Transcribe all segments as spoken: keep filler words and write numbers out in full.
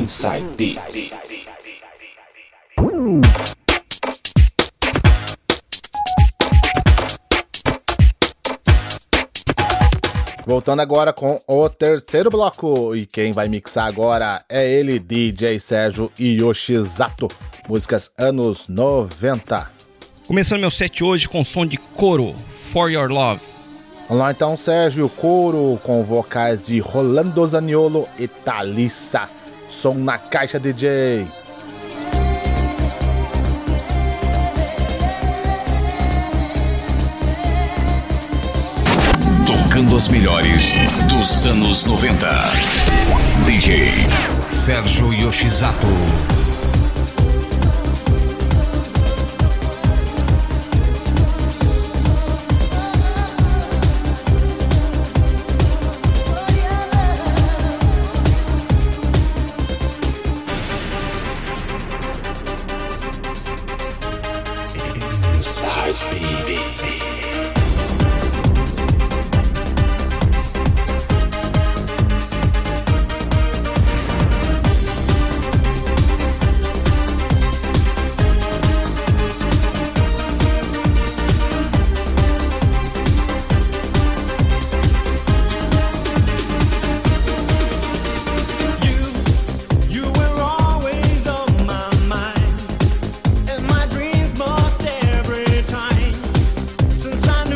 Inside Beats. Voltando agora com o terceiro bloco, e quem vai mixar agora é ele, D J Sérgio Yoshizato, músicas anos noventa. Começando meu set hoje com som de coro, For Your Love. Vamos lá então, Sérgio, coro com vocais de Rolando Zaniolo e Thalissa. Som na caixa, D J. Tocando as melhores dos anos noventa. D J Sérgio Yoshizato. Inside Beats. Since I knew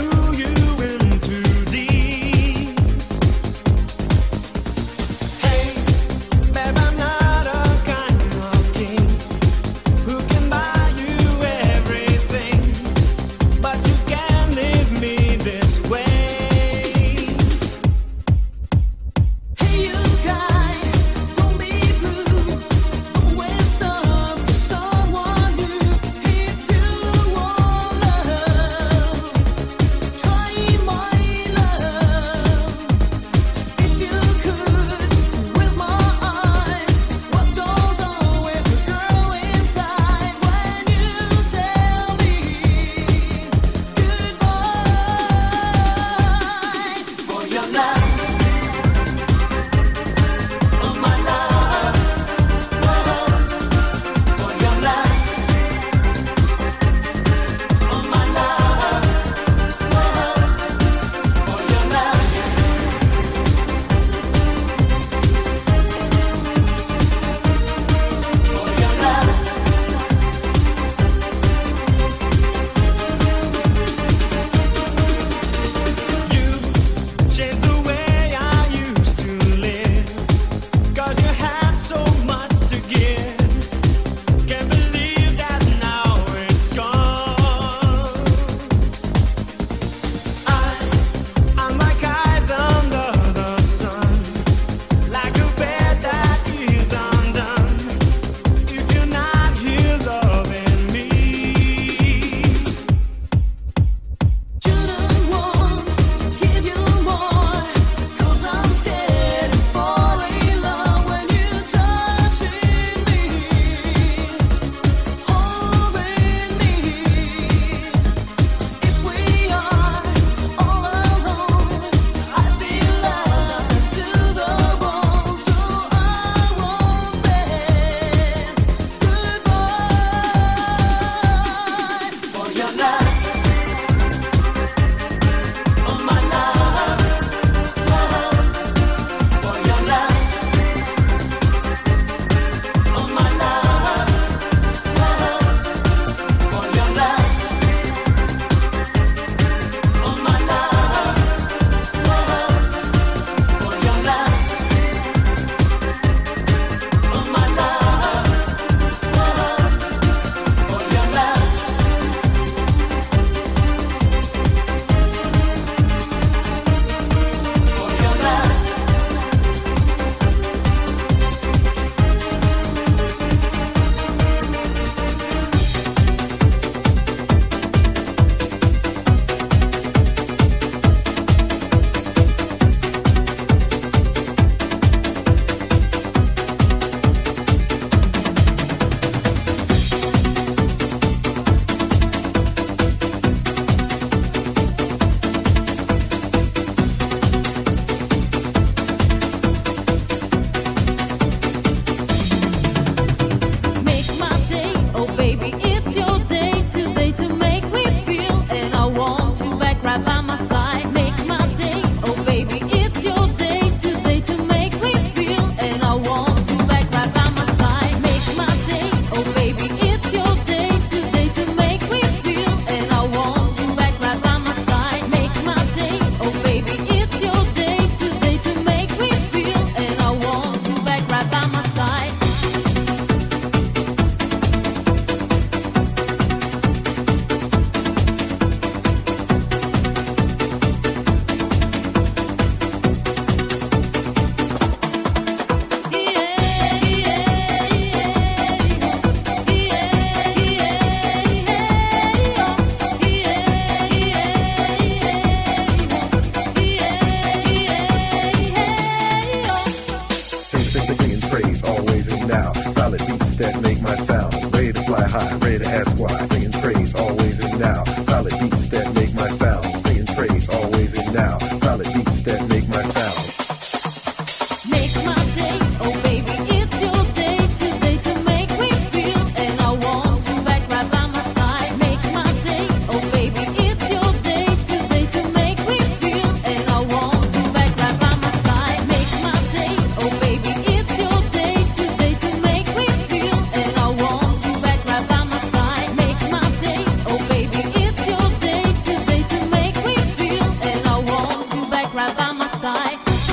afraid to ask why. Singing praise always and now. Solid beats that make my sound. Singing praise always and now. Solid beats that make my sound. Make my day, oh baby, it's your day today to make me feel, and I want you back right by my side. Make my day, oh baby, it's your day today to make me feel, and I want you back right by my side. Make my day, oh baby, it's your day today to make me feel, and I want you back right by my side. Make my day, oh baby, it's your day today to make me feel, and I want you back right by my side.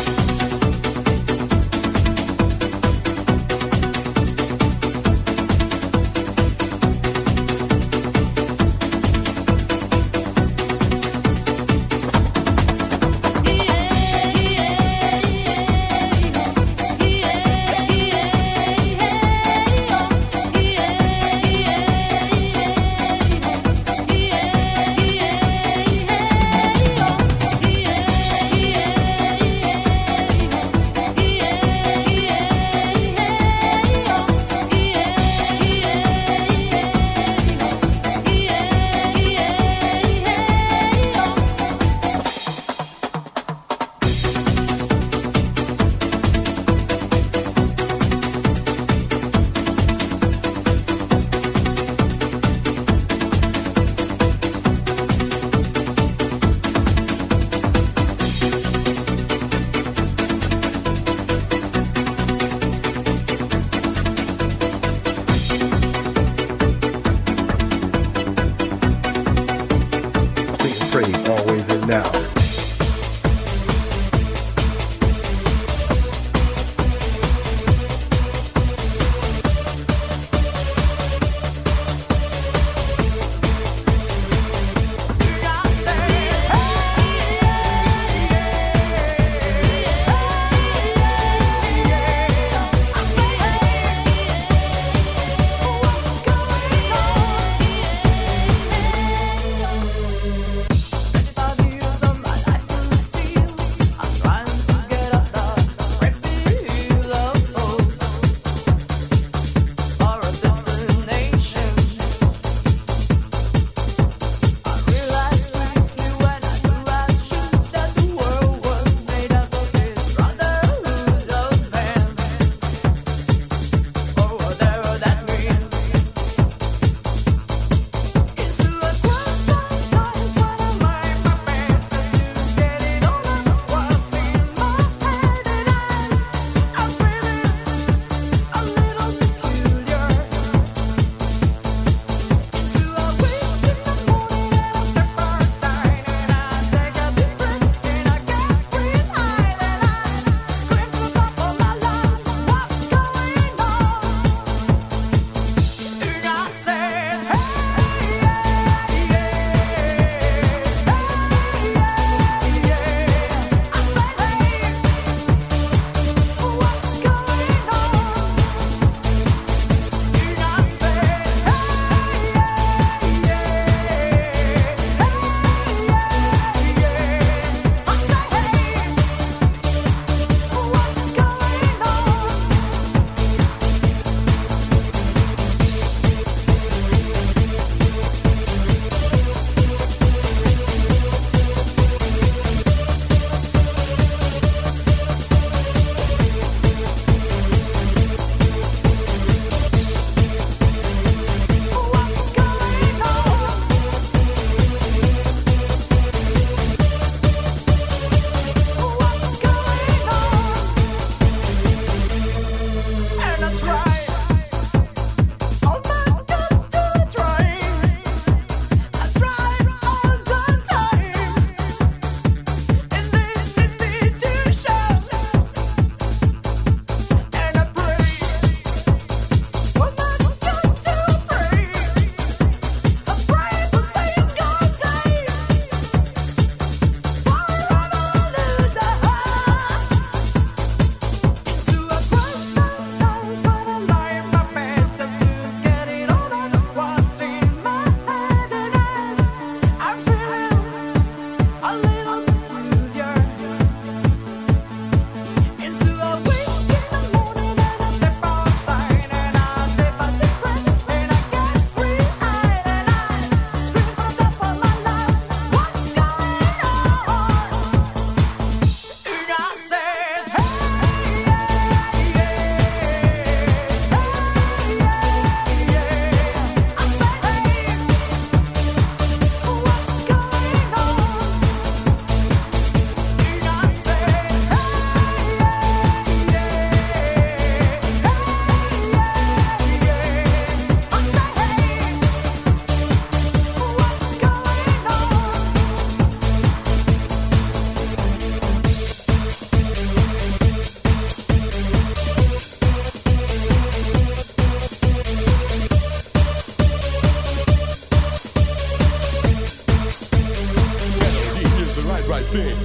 Singing praise always and now. Everybody is on my thing.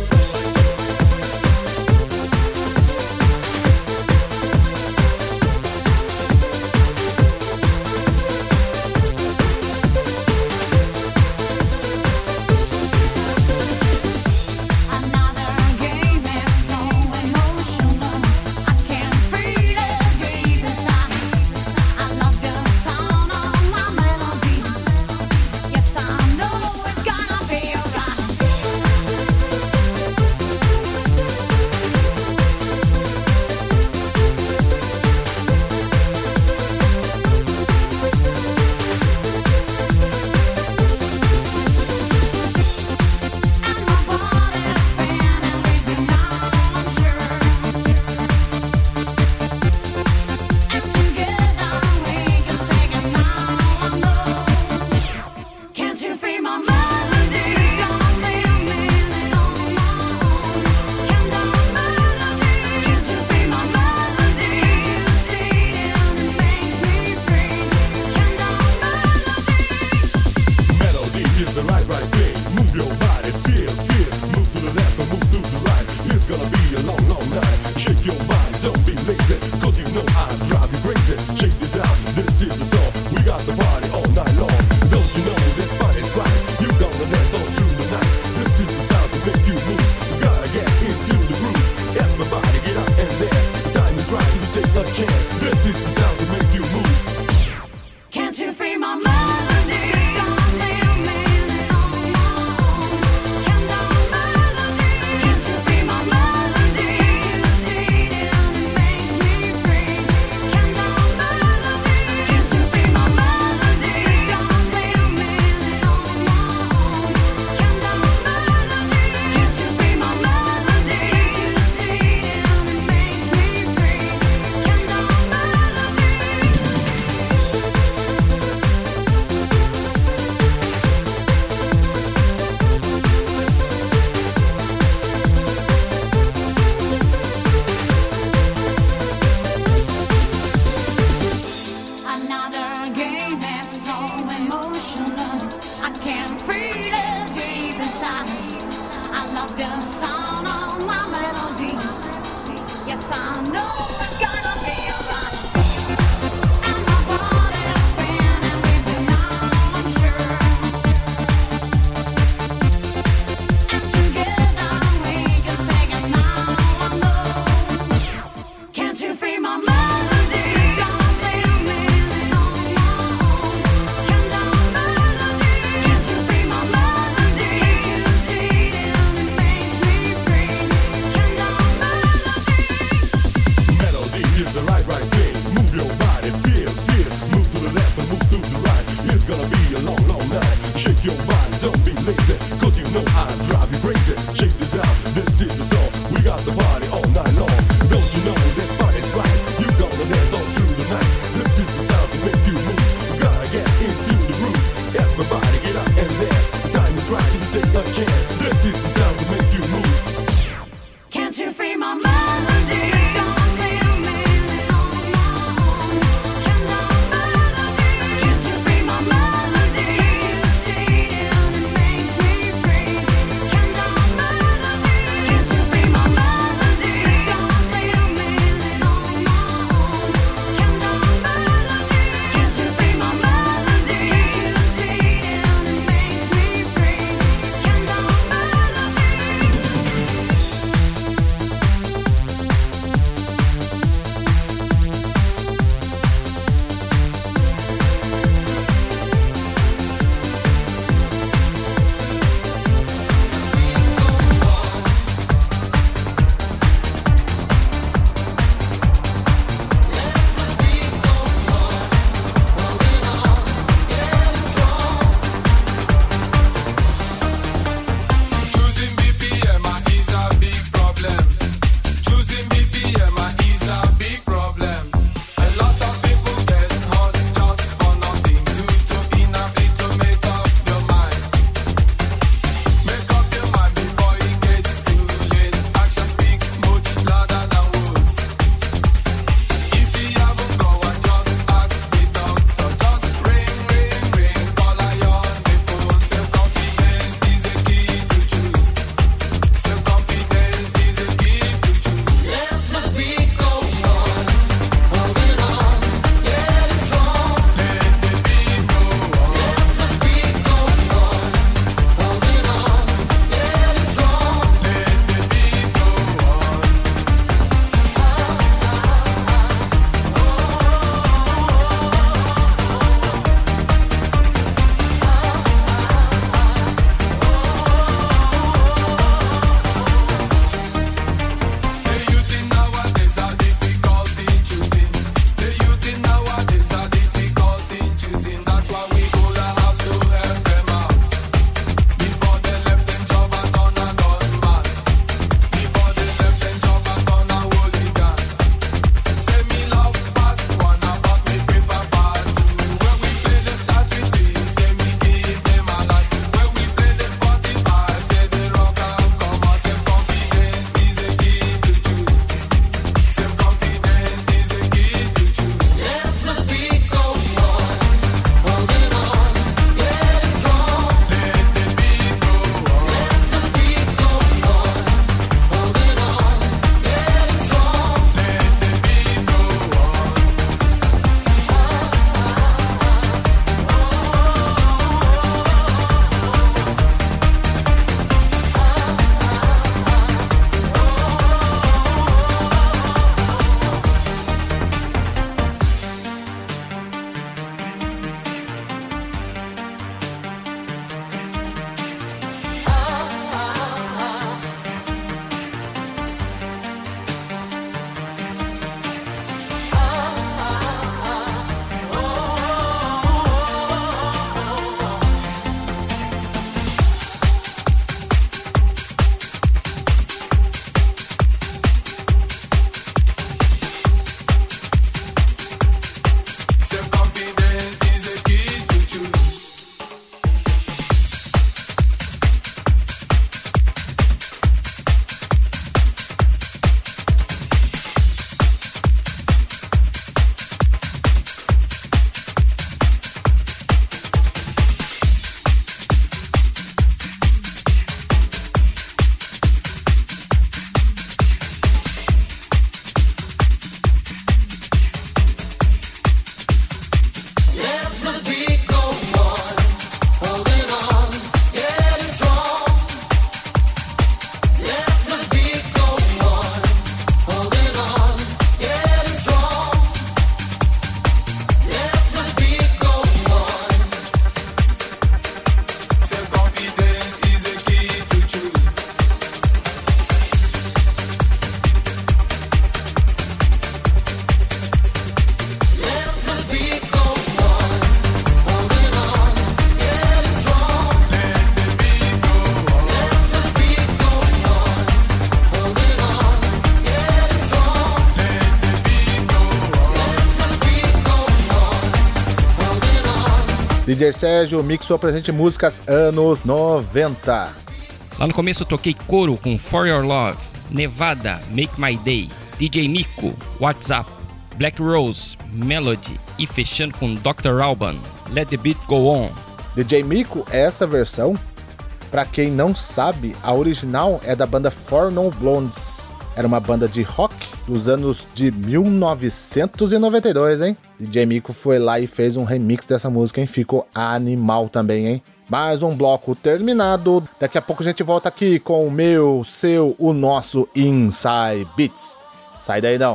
J Sérgio mixou pra gente músicas anos noventa. Lá no começo eu toquei Coro com For Your Love, Nevada, Make My Day, D J Mico, WhatsApp, Black Rose, Melody e fechando com doutor Alban, Let the Beat Go On. D J Mico, essa versão, pra quem não sabe, a original é da banda Four Non Blondes. Era uma banda de rock dos anos de mil novecentos e noventa e dois, hein? D J Mico foi lá e fez um remix dessa música, hein? Ficou animal também, hein? Mais um bloco terminado. Daqui a pouco a gente volta aqui com o meu, seu, o nosso Inside Beats. Sai daí não.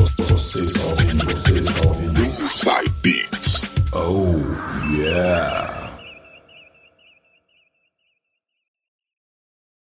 Inside Beats. Oh, yeah.